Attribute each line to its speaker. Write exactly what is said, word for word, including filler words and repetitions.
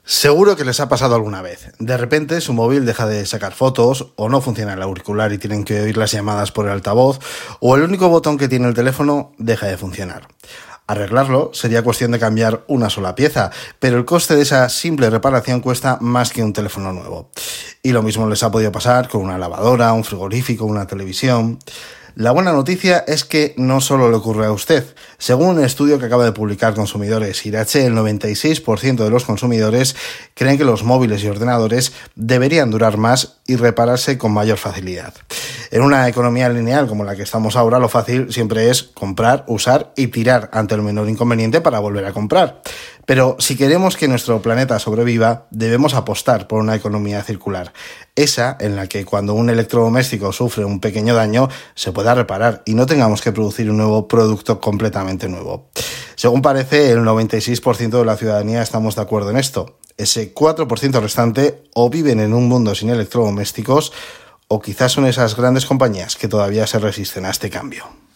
Speaker 1: Seguro que les ha pasado alguna vez. De repente su móvil deja de sacar fotos, o no funciona el auricular y tienen que oír las llamadas por el altavoz, o el único botón que tiene el teléfono deja de funcionar. Arreglarlo sería cuestión de cambiar una sola pieza, pero el coste de esa simple reparación cuesta más que un teléfono nuevo. Y lo mismo les ha podido pasar con una lavadora, un frigorífico, una televisión. La buena noticia es que no solo le ocurre a usted. Según un estudio que acaba de publicar Consumidores Irache, el noventa y seis por ciento de los consumidores creen que los móviles y ordenadores deberían durar más y repararse con mayor facilidad. En una economía lineal como la que estamos ahora, lo fácil siempre es comprar, usar y tirar ante el menor inconveniente para volver a comprar. Pero si queremos que nuestro planeta sobreviva, debemos apostar por una economía circular. Esa en la que cuando un electrodoméstico sufre un pequeño daño, se pueda reparar y no tengamos que producir un nuevo producto completamente nuevo. Según parece, el noventa y seis por ciento de la ciudadanía estamos de acuerdo en esto. Ese cuatro por ciento restante o viven en un mundo sin electrodomésticos o quizás son esas grandes compañías que todavía se resisten a este cambio.